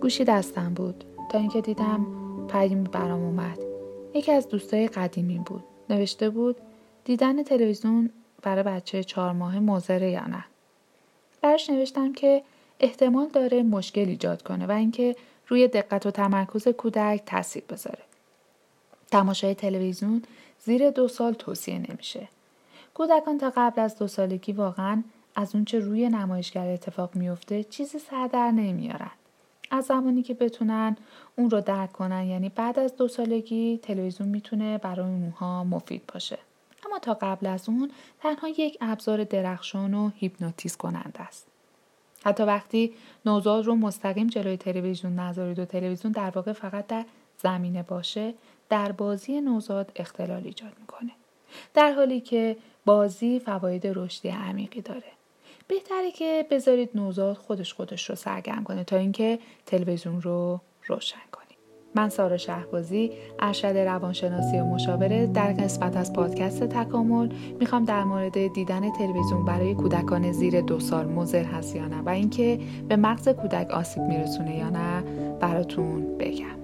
گوشی دستم بود تا اینکه دیدم پیامی برام اومد. یکی از دوستای قدیمی بود. نوشته بود دیدن تلویزیون برای بچه 4 ماهه مضره یا نه. براش نوشتم که احتمال داره مشکل ایجاد کنه و اینکه روی دقت و تمرکز کودک تاثیر بذاره. تماشای تلویزیون زیر 2 سال توصیه نمیشه. کودکان تا قبل از 2 سالگی واقعاً از اون چه روی نمایشگر اتفاق میفته چیزی سر در نمیارن. از زمانی که بتونن اون رو درک کنن، یعنی بعد از 2 سالگی، تلویزیون میتونه برای اونها مفید باشه. اما تا قبل از اون تنها یک ابزار درخشان و هیپنوتیزم کننده است. حتی وقتی نوزاد رو مستقیم جلوی تلویزیون نذارید و تلویزیون در واقع فقط در زمینه باشه، در بازی نوزاد اختلال ایجاد میکنه. در حالی که بازی فواید رشدی عمیقی داره. بهتره که بذارید نوزاد خودش رو سرگرم کنه تا اینکه تلویزیون رو روشن کنید. من سارا شهبازی، ارشد روانشناسی و مشاوره، در قسمت از پادکست تکامل میخوام در مورد دیدن تلویزیون برای کودکان زیر 2 سال مضر هست یا نه و اینکه به مغز کودک آسیب میرسونه یا نه براتون بگم.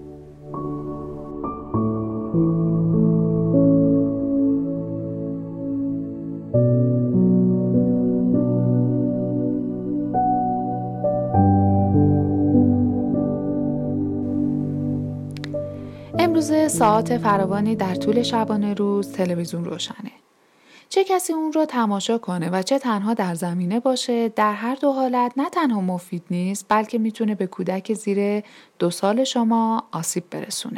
امروز ساعات فراوانی در طول شبانه روز تلویزیون روشنه. چه کسی اون رو تماشا کنه و چه تنها در زمینه باشه، در هر دو حالت نه تنها مفید نیست بلکه میتونه به کودک زیر 2 سال شما آسیب برسونه.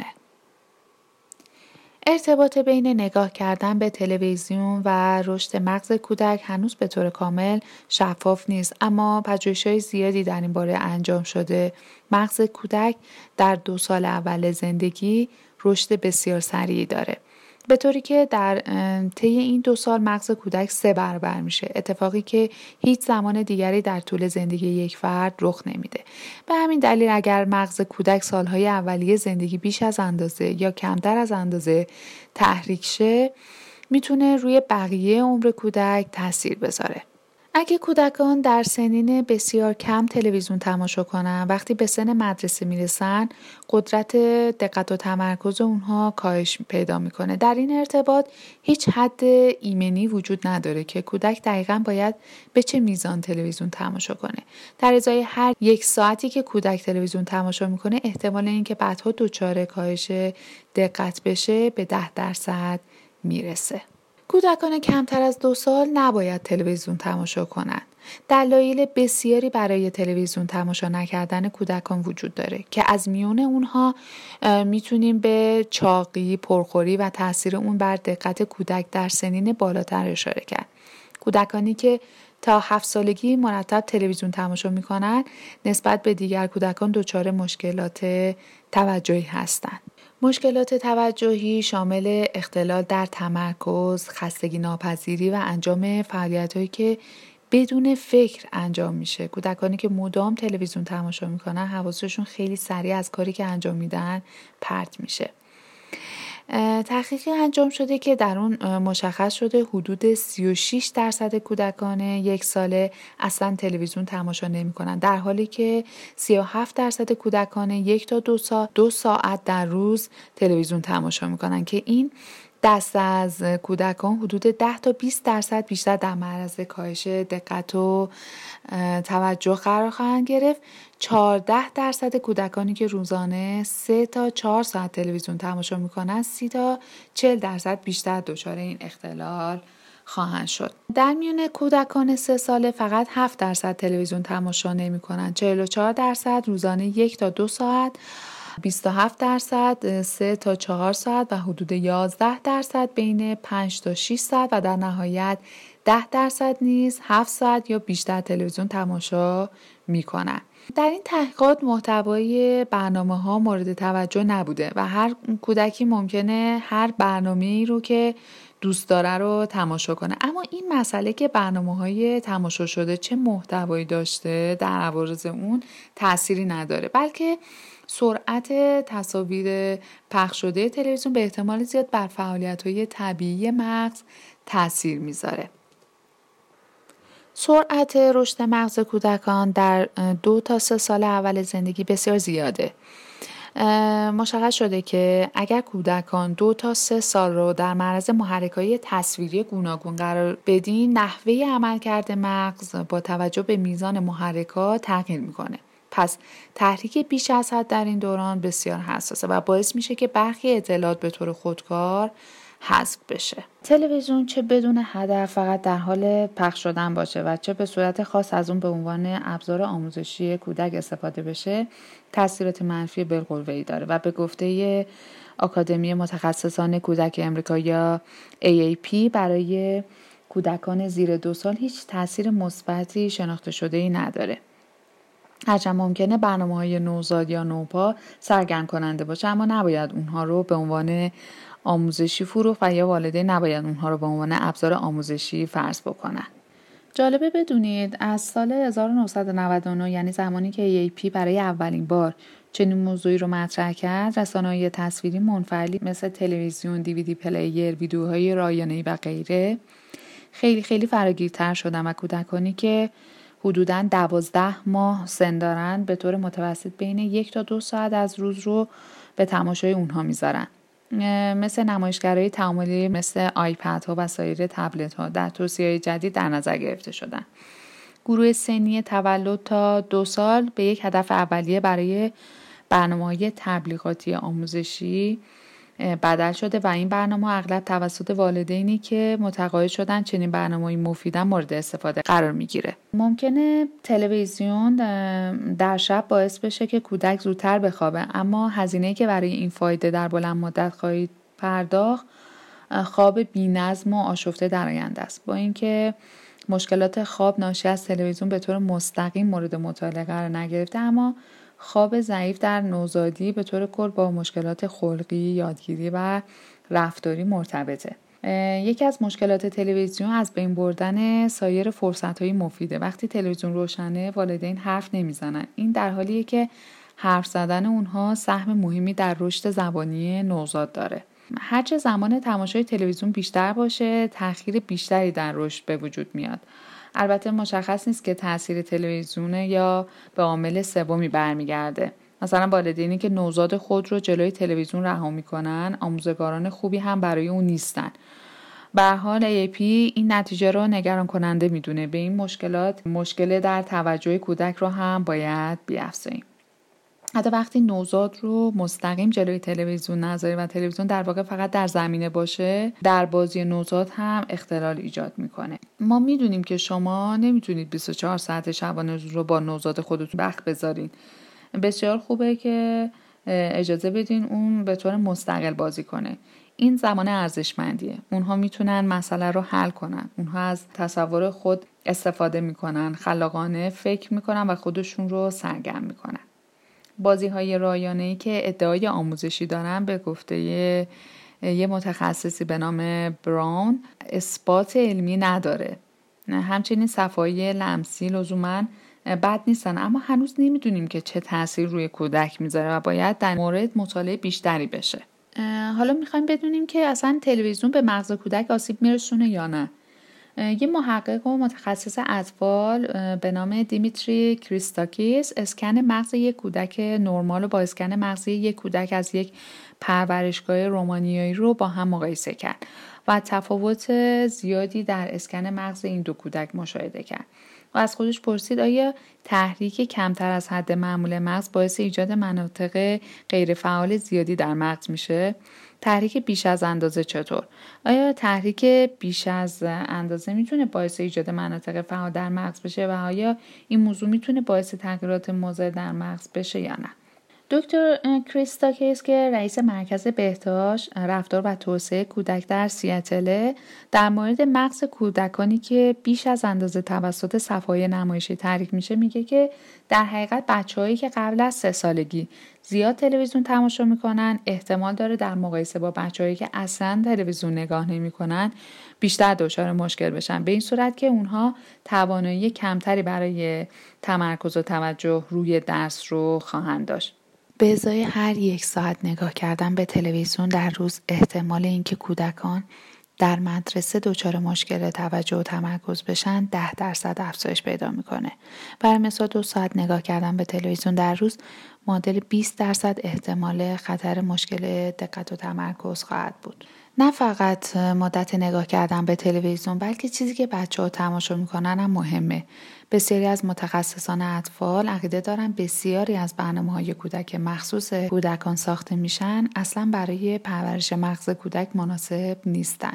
ارتباط بین نگاه کردن به تلویزیون و رشد مغز کودک هنوز به طور کامل شفاف نیست، اما پژوهش‌های زیادی در این باره انجام شده. مغز کودک در 2 سال اول زندگی رشد بسیار سریعی داره، به طوری که در طی این 2 سال مغز کودک 3 برابر میشه، اتفاقی که هیچ زمان دیگری در طول زندگی یک فرد رخ نمیده. به همین دلیل اگر مغز کودک سالهای اولیه زندگی بیش از اندازه یا کمتر از اندازه تحریک شه، میتونه روی بقیه عمر کودک تاثیر بذاره. اگه کودکان در سنین بسیار کم تلویزیون تماشا کنن، وقتی به سن مدرسه میرسن، قدرت دقت و تمرکز اونها کاهش پیدا میکنه. در این ارتباط هیچ حد ایمنی وجود نداره که کودک دقیقاً باید به چه میزان تلویزیون تماشا کنه. در ازای هر 1 ساعتی که کودک تلویزیون تماشا میکنه، احتمال اینکه بعدها دچار کاهش دقت بشه به 10% میرسه. کودکان کمتر از 2 سال نباید تلویزیون تماشا کنند. دلایل بسیاری برای تلویزیون تماشا نکردن کودکان وجود داره که از میون اونها میتونیم به چاقی، پرخوری و تاثیر اون بر دقت کودک در سنین بالاتر اشاره کرد. کودکانی که تا 7 سالگی مرتب تلویزیون تماشا میکنن نسبت به دیگر کودکان دچار مشکلات توجهی هستند. مشکلات توجهی شامل اختلال در تمرکز، خستگی ناپذیری و انجام فعالیت‌هایی که بدون فکر انجام میشه. کودکانی که مدام تلویزیون تماشا میکنن حواسشون خیلی سریع از کاری که انجام میدن پرت میشه. تحقیقی انجام شده که در اون مشخص شده حدود 36% کودکان 1 ساله اصلا تلویزیون تماشا نمی کنن، در حالی که 37% کودکان 1 تا 2 ساعت در روز تلویزیون تماشا می کنن که این دسته از کودکان حدود 10 تا 20% بیشتر در معرض کاهش دقت و توجه قرار خواهند گرفت. 14% کودکانی که روزانه 3 تا 4 ساعت تلویزیون تماشا میکنند 30 تا 40% بیشتر دچار این اختلال خواهند شد. در میان کودکان 3 ساله فقط 7% تلویزیون تماشا نمی کنند. 44% روزانه 1 تا 2 ساعت، 27% 3 تا 4 ساعت و حدود 11% بین 5 تا 6 ساعت و در نهایت 10% نیز 7 ساعت یا بیشتر تلویزیون تماشا می‌کنند. در این تحقیقات محتوای برنامه‌ها مورد توجه نبوده و هر کودکی ممکنه هر برنامه‌ای رو که دوست داره رو تماشا کنه، اما این مسئله که برنامه‌های تماشا شده چه محتوایی داشته در عوارض اون تأثیری نداره، بلکه سرعت تصاویر پخش شده تلویزیون به احتمال زیاد بر فعالیت‌های طبیعی مغز تأثیر میذاره. سرعت رشد مغز کودکان در 2 تا 3 سال اول زندگی بسیار زیاده. مشخص شده که اگر کودکان 2 تا 3 سال رو در معرض محرک‌های تصویری گوناگون قرار بدین، نحوه عملکرد مغز با توجه به میزان محرکات تغییر میکنه. پس تحریک بیش از حد در این دوران بسیار حساسه و باعث میشه که برخی اطلاعات به طور خودکار حذف بشه. تلویزیون چه بدون هدف فقط در حال پخش شدن باشه و چه به صورت خاص از اون به عنوان ابزار آموزشی کودک استفاده بشه، تاثیرات منفی بالقوه‌ای داره و به گفته آکادمی متخصصان کودک امریکا یا AAP برای کودکان زیر 2 سال هیچ تاثیر مثبتی شناخته شده‌ای نداره. هرچند ممکنه برنامه‌های نوزاد یا نوپا سرگرم کننده باشه، اما نباید اونها رو به عنوان آموزشی فروخت و یا والدین نباید اونها رو به عنوان ابزار آموزشی فرض بکنن. جالبه بدونید از سال 1999 یعنی زمانی که AAP برای اولین بار چنین موضوعی رو مطرح کرد، رسانه‌های تصویری منفعلی مثل تلویزیون، DVD پلیر، ویدیوهای رایانه‌ای و غیره خیلی فراگیرتر شدن و کودکانی که حدوداً 12 ماه سن دارن به طور متوسط بین 1 تا 2 ساعت از روز رو به تماشای اونها میذارن. مثل نمایشگرهای تعاملی مثل آیپد ها و سایر تبلت ها در توصیه‌های جدید در نظر گرفته شدن. گروه سنی تولد تا 2 سال به یک هدف اولیه برای برنامه‌های تبلیغاتی آموزشی بدل شده و این برنامه اغلب توسط والدینی که متقاعد شدن چنین برنامه‌ای مفیدن مورد استفاده قرار میگیره. ممکنه تلویزیون در شب باعث بشه که کودک زودتر بخوابه، اما هزینه‌ای که برای این فایده در بلند مدت خواهید پرداخت خواب بی‌نظم و آشفته در آینده است. با اینکه مشکلات خواب ناشی از تلویزیون به طور مستقیم مورد مطالعه قرار نگرفته، اما خواب ضعیف در نوزادی به طور کل با مشکلات خلقی، یادگیری و رفتاری مرتبطه. یکی از مشکلات تلویزیون از بین بردن سایر فرصت‌های مفیده. وقتی تلویزیون روشنه والدین حرف نمیزنن. این در حالیه که حرف زدن اونها سهم مهمی در رشد زبانی نوزاد داره. هرچه زمان تماشای تلویزیون بیشتر باشه، تأخیر بیشتری در رشد به وجود میاد. البته مشخص نیست که تأثیر تلویزیون یا به عامل سومی برمیگرده. مثلا والدینی که نوزاد خود رو جلوی تلویزیون رها میکنن، آموزگاران خوبی هم برای اون نیستن. به هر حال AAP این نتیجه رو نگران کننده میدونه. به این مشکل در توجه کودک رو هم باید بیفزاییم. حتی وقتی نوزاد رو مستقیم جلوی تلویزیون نذاری و تلویزیون در واقع فقط در زمینه باشه، در بازی نوزاد هم اختلال ایجاد میکنه. ما میدونیم که شما نمیتونید 24 ساعت شبانه روز رو با نوزاد خودتون وقت بذارین. بسیار خوبه که اجازه بدین اون به طور مستقل بازی کنه. این زمان ارزشمندیه. اونها میتونن مسئله رو حل کنن. اونها از تصور خود استفاده میکنن، خلاقانه فکر میکنن و خودشون رو سرگرم میکنن. بازی‌های رایانه‌ای که ادعای آموزشی دارن به گفته یه متخصصی به نام براون اثبات علمی نداره. همچنین صفحه‌های لمسی لزوماً بد نیستن، اما هنوز نمیدونیم که چه تأثیر روی کودک میذاره و باید در مورد مطالعه بیشتری بشه. حالا میخوایم بدونیم که اصلا تلویزیون به مغز کودک آسیب میرسونه یا نه. یه محقق و متخصص اطفال به نام دیمیتری کریستاکیس اسکن مغز یک کودک نرمال با اسکن مغز یک کودک از یک پرورشگاه رومانیایی رو با هم مقایسه کرد و تفاوت زیادی در اسکن مغز این دو کودک مشاهده کرد و از خودش پرسید آیا تحریک کمتر از حد معمول مغز باعث ایجاد مناطق غیرفعال زیادی در مغز میشه؟ تحریک بیش از اندازه چطور؟ آیا تحریک بیش از اندازه میتونه باعث ایجاد مناطق فعال در مغز بشه و آیا این موضوع میتونه باعث تغییرات مضر در مغز بشه یا نه؟ دکتر کریستاکیس که رئیس مرکز بهداشت، رفتار و توسعه کودک در سیاتل در مورد مغز کودکانی که بیش از اندازه توسط صفحه‌های نمایشی تحریک میشه میگه که در حقیقت بچه‌هایی که قبل از 3 سالگی زیاد تلویزیون تماشا میکنن احتمال داره در مقایسه با بچه‌هایی که اصلا تلویزیون نگاه نمیکنن بیشتر دچار مشکل بشن، به این صورت که اونها توانایی کمتری برای تمرکز و توجه روی درس رو خواهند داشت. به ازای هر 1 ساعت نگاه کردن به تلویزیون در روز احتمال اینکه کودکان در مدرسه دچار مشکل توجه و تمرکز بشن 10% افزایش پیدا میکنه. برای مثال 2 ساعت نگاه کردن به تلویزیون در روز معادل 20% احتمال خطر مشکل دقت و تمرکز خواهد بود. نه فقط مدت نگاه کردن به تلویزیون بلکه چیزی که بچه‌ها تماشا میکنن هم مهمه. بسیاری از متخصصان اطفال عقیده دارن بسیاری از برنامه‌های کودک مخصوص کودکان ساخته میشن اصلا برای پرورش مغز کودک مناسب نیستن.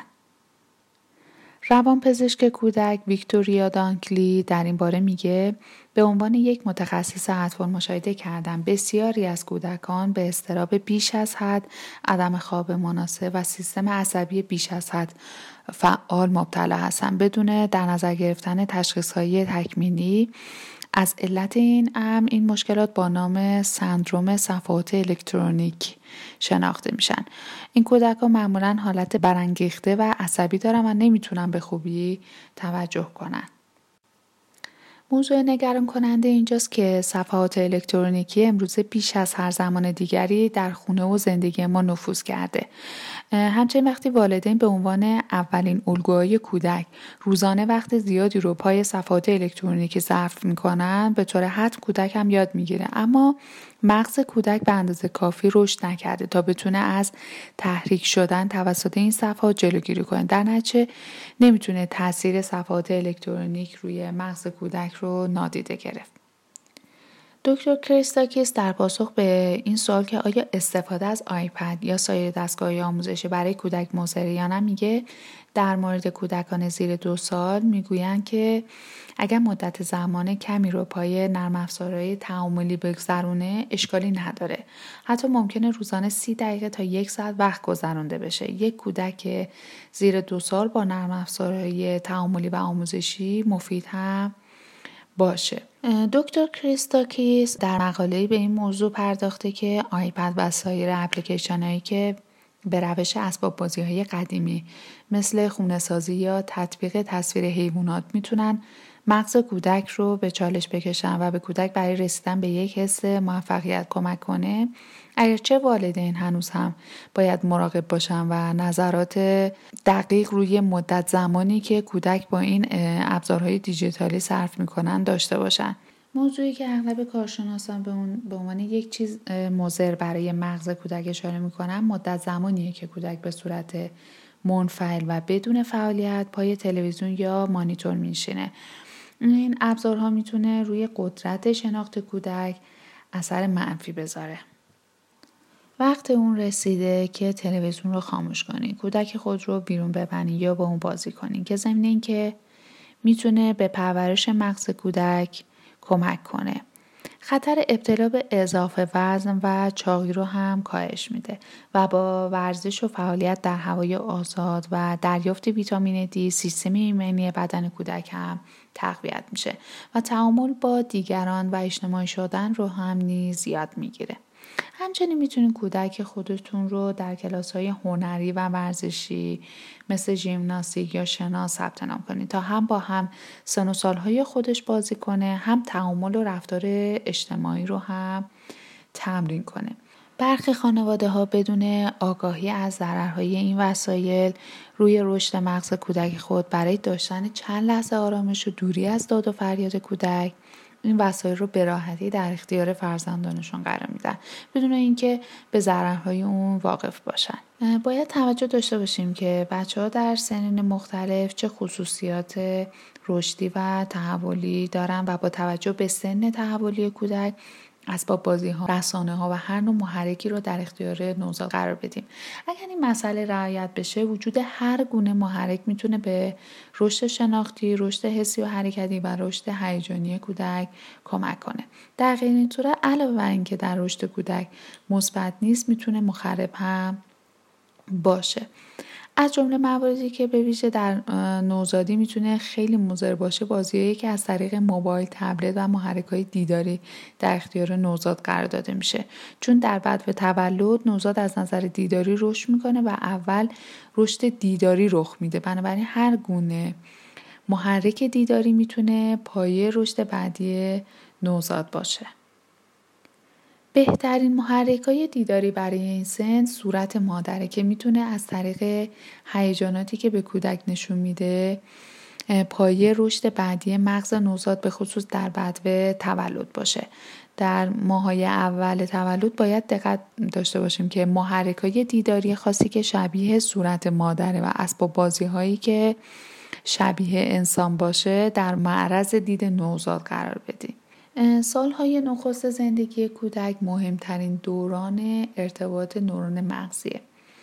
روانپزشک کودک ویکتوریا دانکلی در این باره میگه به عنوان یک متخصص اطفال مشاهده کردم بسیاری از کودکان به اضطراب بیش از حد، عدم خواب مناسب و سیستم عصبی بیش از حد فعال مبتلا هستند بدون در نظر گرفتن تشخیص‌های تکمیلی. از علت این امر این مشکلات با نام سندروم صفحات الکترونیک شناخته میشن. این کودکان معمولا حالت برانگیخته و عصبی دارن و نمیتونن به خوبی توجه کنن. موضوع نگران کننده اینجاست که صفحات الکترونیکی امروزه بیش از هر زمان دیگری در خونه و زندگی ما نفوذ کرده. همچنین وقتی والدین به عنوان اولین الگوهای کودک روزانه وقت زیادی رو پای صفحات الکترونیکی صرف میکنن به طور حتم کودک هم یاد میگیره، اما مغز کودک به اندازه کافی رشد نکرده تا بتونه از تحریک شدن توسط این صفحات جلوگیری کنه. در نتیجه نمیتونه تاثیر صفحات الکترونیک روی مغز کودک رو نادیده گرفت. دکتر کریستاکیس در پاسخ به این سوال که آیا استفاده از آیپد یا سایر دستگاه آموزشی برای کودک مضر یا نه میگه در مورد کودکان زیر 2 سال میگویند که اگر مدت زمان کمی رو پای نرم افزارهای تعاملی بگذرونه اشکالی نداره. حتی ممکنه روزانه 30 دقیقه تا 1 ساعت وقت گذرونده بشه. یک کودک زیر 2 سال با نرم افزارهای تعاملی و آموزشی مفید هم باشه. دکتر کریستاکیس در مقاله‌ای به این موضوع پرداخته که آیپد و سایر اپلیکیشن‌هایی که به روش اسباب بازی‌های قدیمی مثل خونه‌سازی یا تطبیق تصویر حیوانات میتونن مغز کودک رو به چالش بکشن و به کودک برای رسیدن به یک حس موفقیت کمک کنه، اگرچه والدین هنوز هم باید مراقب باشن و نظرات دقیق روی مدت زمانی که کودک با این ابزارهای دیجیتالی صرف میکنن داشته باشن. موضوعی که اغلب کارشناسان به عنوان یک چیز مضر برای مغز کودک اشاره میکنن مدت زمانیه که کودک به صورت منفعل و بدون فعالیت پای تلویزیون یا مانیتور میشینه. این ابزارها میتونه روی قدرت شناخت کودک اثر منفی بذاره. وقت اون رسیده که تلویزیون رو خاموش کنین، کودک خود رو بیرون ببرین یا با اون بازی کنین که ضمن این که میتونه به پرورش مغز کودک کمک کنه. خطر ابتلا به اضافه وزن و چاقی رو هم کاهش میده و با ورزش و فعالیت در هوای آزاد و دریافت ویتامین دی سیستم ایمنی بدن کودک هم تقویت میشه و تعامل با دیگران و اجتماعی شدن رو هم نیز یاد میگیره. همچنین میتونید کودک خودتون رو در کلاس‌های هنری و ورزشی مثل ژیمناستیک یا شنا ثبت نام کنید تا هم با هم سن و سالهای خودش بازی کنه، هم تعامل و رفتار اجتماعی رو هم تمرین کنه. برخی خانواده‌ها بدون آگاهی از ضررهای این وسایل روی رشد مغز کودک خود برای داشتن چند لحظه آرامش و دوری از داد و فریاد کودک این وسایل رو به راحتی در اختیار فرزندانشون قرار میدن بدون اینکه به ضررهای اون واقف باشن. باید توجه داشته باشیم که بچه‌ها در سنین مختلف چه خصوصیات رشدی و تحولی دارن و با توجه به سن تحولی کودک اسباب بازی‌ها، رسانه‌ها و هر نوع محرکی رو در اختیار نوزاد قرار بدیم. اگر این مسئله رعایت بشه، وجود هر گونه محرک میتونه به رشد شناختی، رشد حسی و حرکتی و رشد هیجانی کودک کمک کنه. در غیر این صورت علاوه بر اینکه در رشد کودک مثبت نیست، میتونه مخرب هم باشه. از جمله مواردی که به ویژه در نوزادی میتونه خیلی مضر باشه بازیایی که از طریق موبایل، تبلت و محرک‌های دیداری در اختیار نوزاد قرار داده میشه، چون در بعد به تولد نوزاد از نظر دیداری رشد میکنه و اول رشد دیداری رخ میده. بنابراین هر گونه محرک دیداری میتونه پایه رشد بعدی نوزاد باشه. بهترین محرک‌های دیداری برای این سن صورت مادره که میتونه از طریق هیجاناتی که به کودک نشون میده پایه رشد بعدی مغز نوزاد به خصوص در بدو تولد باشه. در ماه‌های اول تولد باید دقت داشته باشیم که محرک‌های دیداری خاصی که شبیه صورت مادره و اسباب بازی‌هایی که شبیه انسان باشه در معرض دید نوزاد قرار بدیم. سالهای نخست زندگی کودک مهمترین دوران ارتباط نورون مغزیه.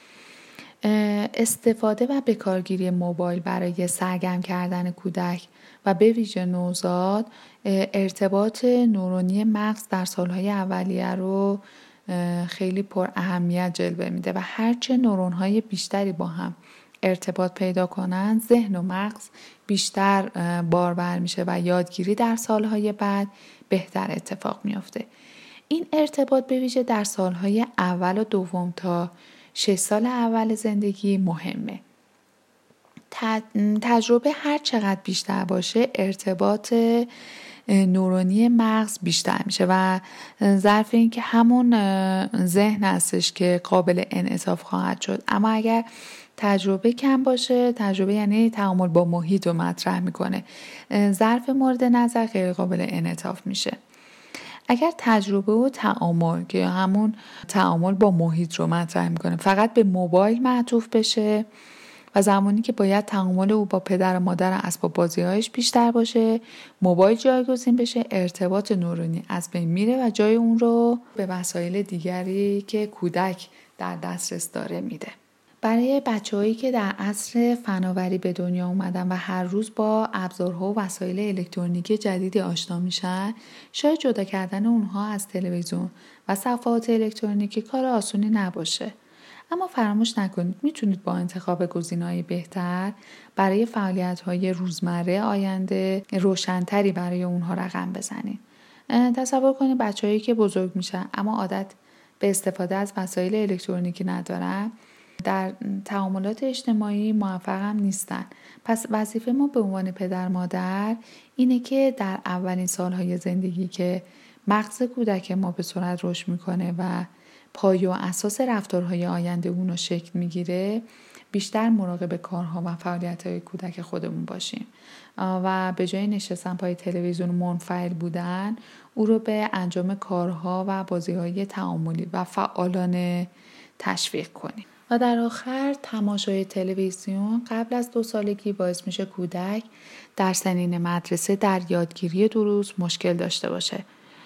استفاده و بکارگیری موبایل برای سرگرم کردن کودک و به ویژه نوزاد ارتباط نورونی مغز در سالهای اولیه رو خیلی پر اهمیت جلوه میده و هرچه نورون‌های بیشتری با هم ارتباط پیدا کنن ذهن و مغز بیشتر بارور میشه و یادگیری در سالهای بعد بهتر اتفاق میفته. این ارتباط به ویژه در سالهای اول و دوم تا 6 سال اول زندگی مهمه. تجربه هر چقدر بیشتر باشه ارتباط نورونی مغز بیشتر میشه و ظرف این که همون ذهن هستش که قابل انعطاف خواهد شد. اما اگر تجربه کم باشه، تجربه یعنی تعامل با محیط رو مطرح میکنه، ظرف مورد نظر غیر قابل انعطاف میشه. اگر تجربه و تعامل که همون تعامل با محیط رو مطرح میکنه فقط به موبایل معطوف بشه و زمانی که باید تعامل او با پدر و مادر اسباب بازی‌هایش بیشتر باشه، موبایل جایگزین بشه، ارتباط نورونی از بین میره و جای اون رو به وسایل دیگری که کودک در دسترس داره میده. برای بچه‌هایی که در عصر فناوری به دنیا اومدن و هر روز با ابزارها و وسایل الکترونیکی جدیدی آشنا میشن، شاید جدا کردن اونها از تلویزیون و صفحات الکترونیکی کار آسونی نباشه. اما فراموش نکنید میتونید با انتخاب گزینه‌های بهتر برای فعالیت‌های روزمره آینده روشن‌تری برای اونها رقم بزنید. تصور کنید بچه‌هایی که بزرگ میشن اما عادت به استفاده از وسایل الکترونیکی ندارن، در تعاملات اجتماعی موفق هم نیستن. پس وظیفه ما به عنوان پدر مادر اینه که در اولین سالهای زندگی که مغز کودک ما به سرعت رشد میکنه و پایه و اساس رفتارهای آینده اونو شکل میگیره بیشتر مراقب کارها و فعالیت‌های کودک خودمون باشیم و به جای نشستن پای تلویزیون منفعل بودن او رو به انجام کارها و بازی‌های تعاملی و فعالانه تشویق کنیم. و در آخر تماشای تلویزیون قبل از 2 سالگی باعث میشه کودک در سنین مدرسه در یادگیری دروس مشکل داشته باشه.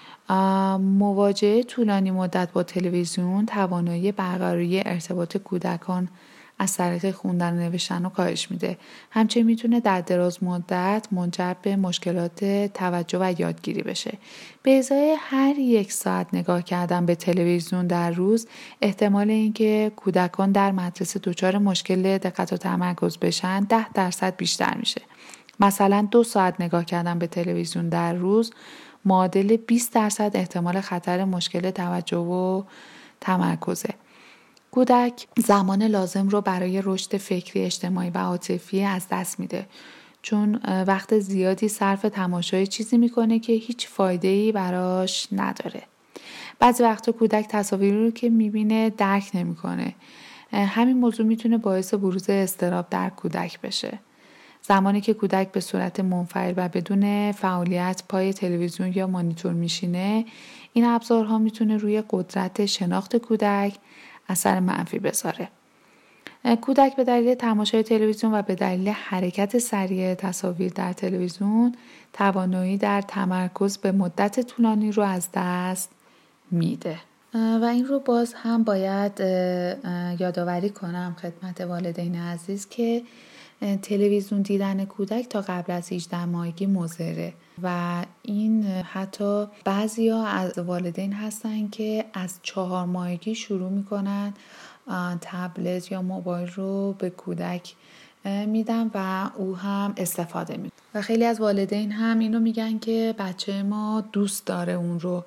مواجهه طولانی مدت با تلویزیون توانایی برقراری ارتباط کودکان از طریق خوندن و نوشتن رو کاهش میده. همچنین میتونه در دراز مدت منجر به مشکلات توجه و یادگیری بشه. به ازای هر 1 ساعت نگاه کردن به تلویزیون در روز احتمال اینکه کودکان در مدرسه دچار مشکل دقت و تمرکز بشن 10% بیشتر میشه. مثلا 2 ساعت نگاه کردن به تلویزیون در روز معادل 20% احتمال خطر مشکل توجه و تمرکزه. کودک زمان لازم رو برای رشد فکری، اجتماعی و عاطفی از دست میده چون وقت زیادی صرف تماشای چیزی میکنه که هیچ فایده‌ای براش نداره. بعضی وقتا کودک تصاویری رو که میبینه درک نمیکنه. همین موضوع میتونه باعث بروز اضطراب در کودک بشه. زمانی که کودک به صورت منفعل و بدون فعالیت پای تلویزیون یا مانیتور میشینه، این ابزارها میتونه روی قدرت شناخت کودک اثر منفی بذاره. کودک به دلیل تماشای تلویزیون و به دلیل حرکت سریع تصاویر در تلویزیون توانایی در تمرکز به مدت طولانی رو از دست میده. و این رو باز هم باید یادآوری کنم خدمت والدین عزیز که تلویزیون دیدن کودک تا قبل از 18 ماهگی مضره و این حتی بعضیا از والدین هستن که از 4 ماهگی شروع میکنن تبلت یا موبایل رو به کودک میدن و او هم استفاده میکنه و خیلی از والدین هم اینو میگن که بچه ما دوست داره اون رو.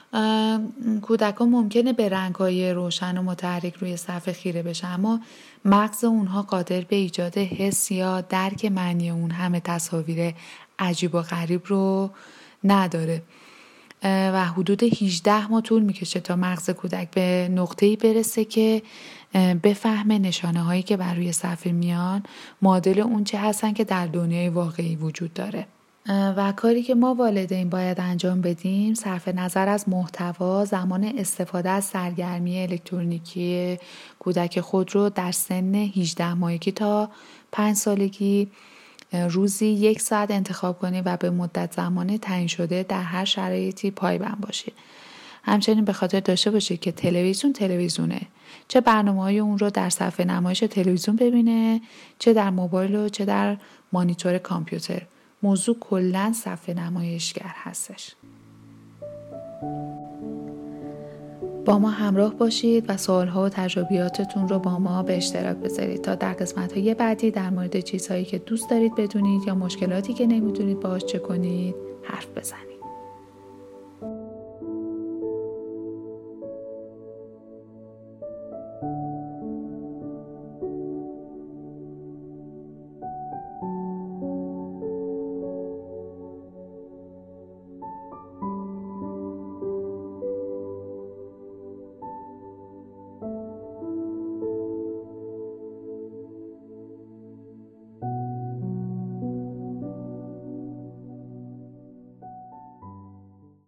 کودکان ممکنه به رنگ‌های روشن و متحرک روی صفحه خیره بشن اما مغز اونها قادر به ایجاد حس یا درک معنی اون همه تصاویر عجیب و غریب رو نداره. و حدود 18 ماه طول میکشه تا مغز کودک به نقطه‌ای برسه که بفهمه نشانه هایی که بر روی صفحه میان معادل اون چه هستن که در دنیای واقعی وجود داره. و کاری که ما والدین باید انجام بدیم صرف نظر از محتوا، زمان استفاده از سرگرمی الکترونیکی کودک خود رو در سن 18 ماهگی تا 5 سالگی روزی 1 ساعت انتخاب کنید و به مدت زمان تعیین شده در هر شرایطی پایبند باشید. همچنین به خاطر داشته باشید که تلویزیونه، چه برنامه‌های اون رو در صفحه نمایش تلویزیون ببینه، چه در موبایل و چه در مانیتور کامپیوتر. موضوع کلاً صفحه نمایشگر هستش. با ما همراه باشید و سوال‌ها و تجربیاتتون رو با ما به اشتراک بذارید تا در قسمت‌های بعدی در مورد چیزهایی که دوست دارید بدونید یا مشکلاتی که نمی‌دونید باهاش چه کنید حرف بزنید.